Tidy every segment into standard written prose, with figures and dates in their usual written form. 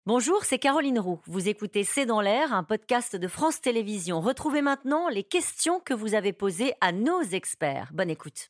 Bonjour, c'est Caroline Roux. Vous écoutez C'est dans l'air, un podcast de France Télévisions. Retrouvez maintenant les questions que vous avez posées à nos experts. Bonne écoute.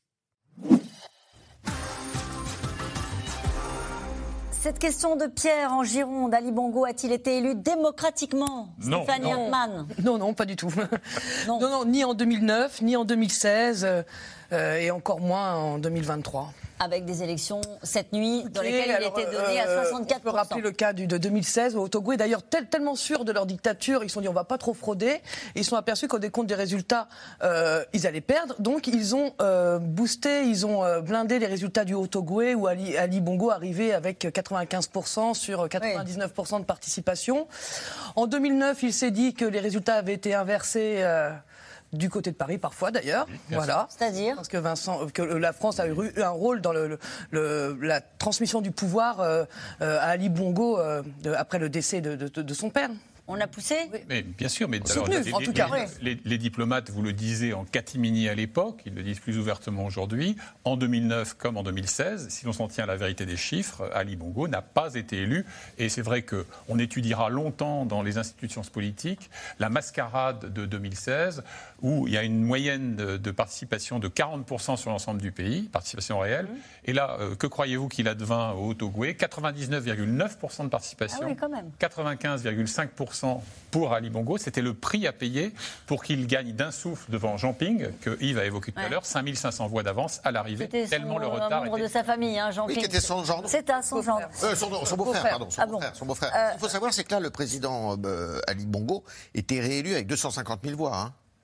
Cette question de Pierre en Gironde, Ali Bongo a-t-il été élu démocratiquement? Non, Stéphanie Hartmann. Non, pas du tout. Non, ni en 2009, ni en 2016, et encore moins en 2023. Avec des élections cette nuit dans lesquelles il était donné à 64%. Je peux rappeler le cas de 2016 au Togo. Et d'ailleurs, tellement sûrs de leur dictature, ils se sont dit on va pas trop frauder. Et ils sont aperçus qu'au décompte des résultats, ils allaient perdre. Donc ils ont boosté, ils ont blindé les résultats du Haut-Togoué où Ali Bongo arrivait avec 95% sur 99% de participation. En 2009, il s'est dit que les résultats avaient été inversés. Du côté de Paris, parfois d'ailleurs. Oui, voilà. C'est-à-dire que la France a eu un rôle dans la transmission du pouvoir à Ali Bongo après le décès de son père. On l'a poussé? Mais bien sûr, mais soutenu, en tout cas. Les diplomates vous le disaient en catimini à l'époque, ils le disent plus ouvertement aujourd'hui. En 2009 comme en 2016, si l'on s'en tient à la vérité des chiffres, Ali Bongo n'a pas été élu. Et c'est vrai qu'on étudiera longtemps dans les institutions politiques la mascarade de 2016, où il y a une moyenne de participation de 40% sur l'ensemble du pays, participation réelle. Et là, que croyez-vous qu'il advint au Haut-Togoué? 99,9% de participation, ah oui, quand même. 95,5% pour Ali Bongo. C'était le prix à payer pour qu'il gagne d'un souffle devant Jean Ping, que Yves a évoqué tout à l'heure, 5500 voix d'avance à l'arrivée. C'était tellement le retard membre de sa famille, hein, Jean Ping. Oui, qui était son gendre. C'était son gendre. Son beau-frère, pardon. Son beau-frère. Ce qu'il faut savoir, c'est que là, le président Ali Bongo était réélu avec 250 000 voix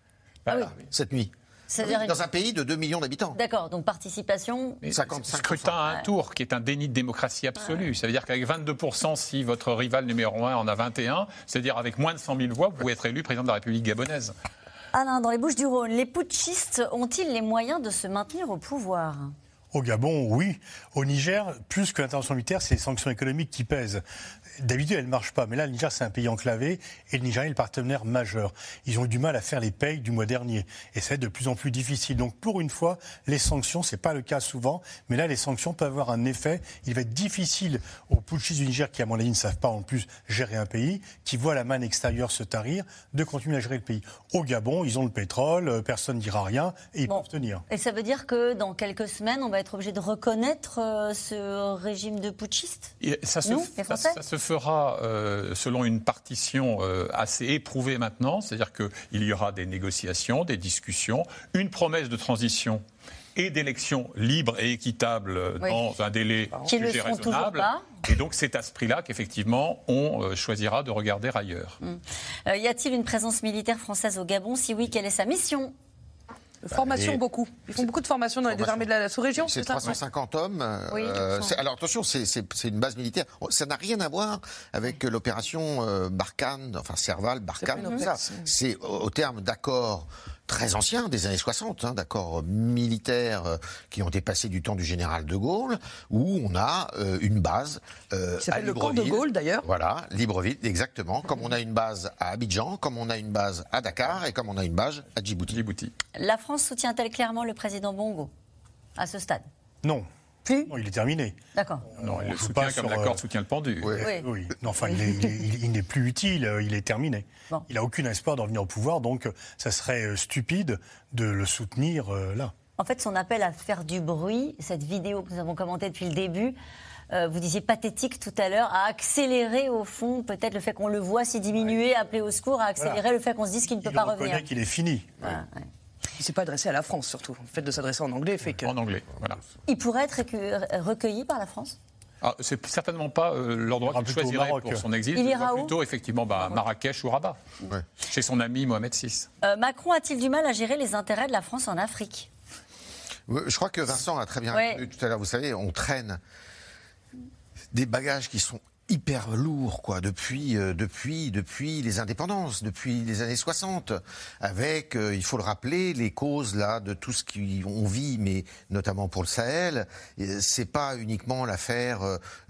cette nuit. Dans un pays de 2 millions d'habitants. D'accord, donc participation... 55%. Scrutin à un tour, qui est un déni de démocratie absolue. Ça veut dire qu'avec 22%, si votre rival numéro 1 en a 21, c'est-à-dire avec moins de 100 000 voix, vous pouvez être élu président de la République gabonaise. Alain, dans les Bouches-du-Rhône, les putschistes ont-ils les moyens de se maintenir au pouvoir ? Au Gabon, oui. Au Niger, plus que l'intervention militaire, c'est les sanctions économiques qui pèsent. D'habitude, elles ne marchent pas. Mais là, le Niger, c'est un pays enclavé et le Nigeria est le partenaire majeur. Ils ont eu du mal à faire les payes du mois dernier. Et ça va être de plus en plus difficile. Donc, pour une fois, les sanctions, ce n'est pas le cas souvent. Mais là, les sanctions peuvent avoir un effet. Il va être difficile aux putschistes du Niger, qui, à mon avis, ne savent pas en plus gérer un pays, qui voient la manne extérieure se tarir, de continuer à gérer le pays. Au Gabon, ils ont le pétrole, personne ne dira rien et ils peuvent tenir. Et ça veut dire que dans quelques semaines, on va être obligé de reconnaître ce régime de putschistes? Ça se fera selon une partition assez éprouvée maintenant, c'est-à-dire qu'il y aura des négociations, des discussions, une promesse de transition et d'élections libres et équitables dans un délai jugé raisonnable. Et donc c'est à ce prix-là qu'effectivement on choisira de regarder ailleurs. Y a-t-il une présence militaire française au Gabon? Si oui, quelle est sa mission? Formation, beaucoup. Ils font beaucoup de formations dans les armées de la sous-région. C'est 350 hommes. Alors attention, c'est une base militaire. Ça n'a rien à voir avec l'opération Barkhane, enfin Serval, Barkhane, tout ça. C'est au terme d'accords très anciens, des années 60, d'accords militaires qui ont dépassé du temps du général de Gaulle, où on a une base qui s'appelle le camp de Gaulle, d'ailleurs. Voilà, Libreville, exactement. Comme on a une base à Abidjan, comme on a une base à Dakar et comme on a une base à Djibouti. La France soutient-elle clairement le président Bongo à ce stade? Non. Plus? Non, il est terminé. D'accord. Non, il le soutient comme la corde soutient le pendu. Oui. Non, enfin, il n'est plus utile, il est terminé. Bon. Il n'a aucun espoir d'en venir au pouvoir, donc ça serait stupide de le soutenir là. En fait, son appel à faire du bruit, cette vidéo que nous avons commentée depuis le début, vous disiez pathétique tout à l'heure, à accélérer au fond peut-être le fait qu'on le voit s'y diminuer, appeler au secours, à accélérer le fait qu'on se dise qu'il ne peut pas revenir. Il reconnaît qu'il est fini. Voilà, Il ne s'est pas adressé à la France, surtout. Le fait de s'adresser en anglais fait que... En anglais, voilà. Il pourrait être recueilli par la France? C'est certainement pas l'endroit qu'il choisirait pour son exil. Il ira où? Plutôt, effectivement, Marrakech ou Rabat, chez son ami Mohamed VI. Macron a-t-il du mal à gérer les intérêts de la France en Afrique? Je crois que Vincent a très bien répondu tout à l'heure. Vous savez, on traîne des bagages qui sont hyper lourd, quoi, depuis les indépendances, depuis les années 60, avec, il faut le rappeler, les causes là de tout ce qu'on vit, mais notamment pour le Sahel. C'est pas uniquement l'affaire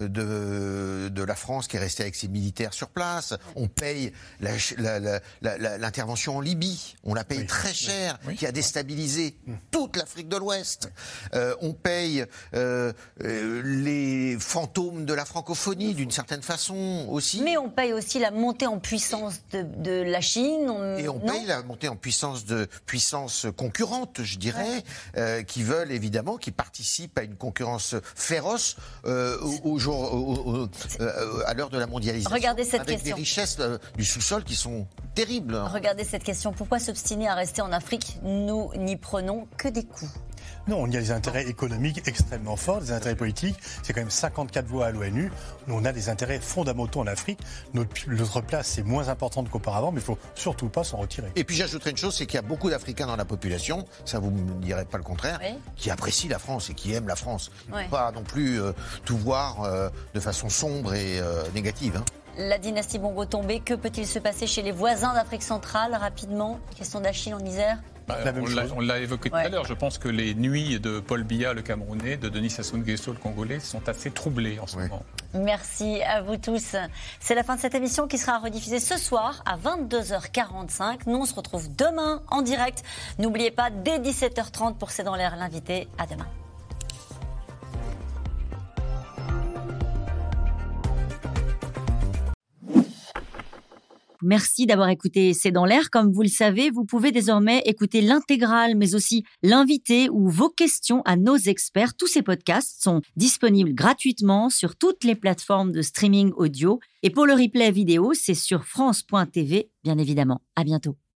de la France qui est restée avec ses militaires sur place. On paye l'intervention en Libye, on la paye très cher, qui a déstabilisé toute l'Afrique de l'Ouest. On paye les fantômes de la francophonie, d'une certaine certaine façon aussi. Mais on paye aussi la montée en puissance de la Chine. Et on paye la montée en puissance de puissances concurrentes, je dirais, qui veulent évidemment, qui participent à une concurrence féroce à l'heure de la mondialisation. Regardez cette avec question. Des richesses du sous-sol qui sont terribles. Regardez cette question. Pourquoi s'obstiner à rester en Afrique? Nous n'y prenons que des coups. Non, il y a des intérêts économiques extrêmement forts, des intérêts politiques. C'est quand même 54 voix à l'ONU. Nous, on a des intérêts fondamentaux en Afrique. Notre place est moins importante qu'auparavant, mais il ne faut surtout pas s'en retirer. Et puis j'ajouterai une chose, c'est qu'il y a beaucoup d'Africains dans la population, ça vous ne me direz pas le contraire, qui apprécient la France et qui aiment la France. Il ne faut pas non plus tout voir de façon sombre et négative. Hein. La dynastie Bongo tombée, que peut-il se passer chez les voisins d'Afrique centrale, rapidement? Question d'Achille en Isère. On l'a évoqué tout à l'heure. Je pense que les nuits de Paul Biya, le Camerounais, de Denis Sassou Nguesso, le Congolais, sont assez troublées en ce moment. Merci à vous tous. C'est la fin de cette émission qui sera rediffusée ce soir à 22h45. Nous, on se retrouve demain en direct. N'oubliez pas, dès 17h30 pour C'est dans l'air, l'invité. À demain. Merci d'avoir écouté C'est dans l'air. Comme vous le savez, vous pouvez désormais écouter l'intégrale, mais aussi l'invité ou vos questions à nos experts. Tous ces podcasts sont disponibles gratuitement sur toutes les plateformes de streaming audio. Et pour le replay vidéo, c'est sur France.tv, bien évidemment. À bientôt.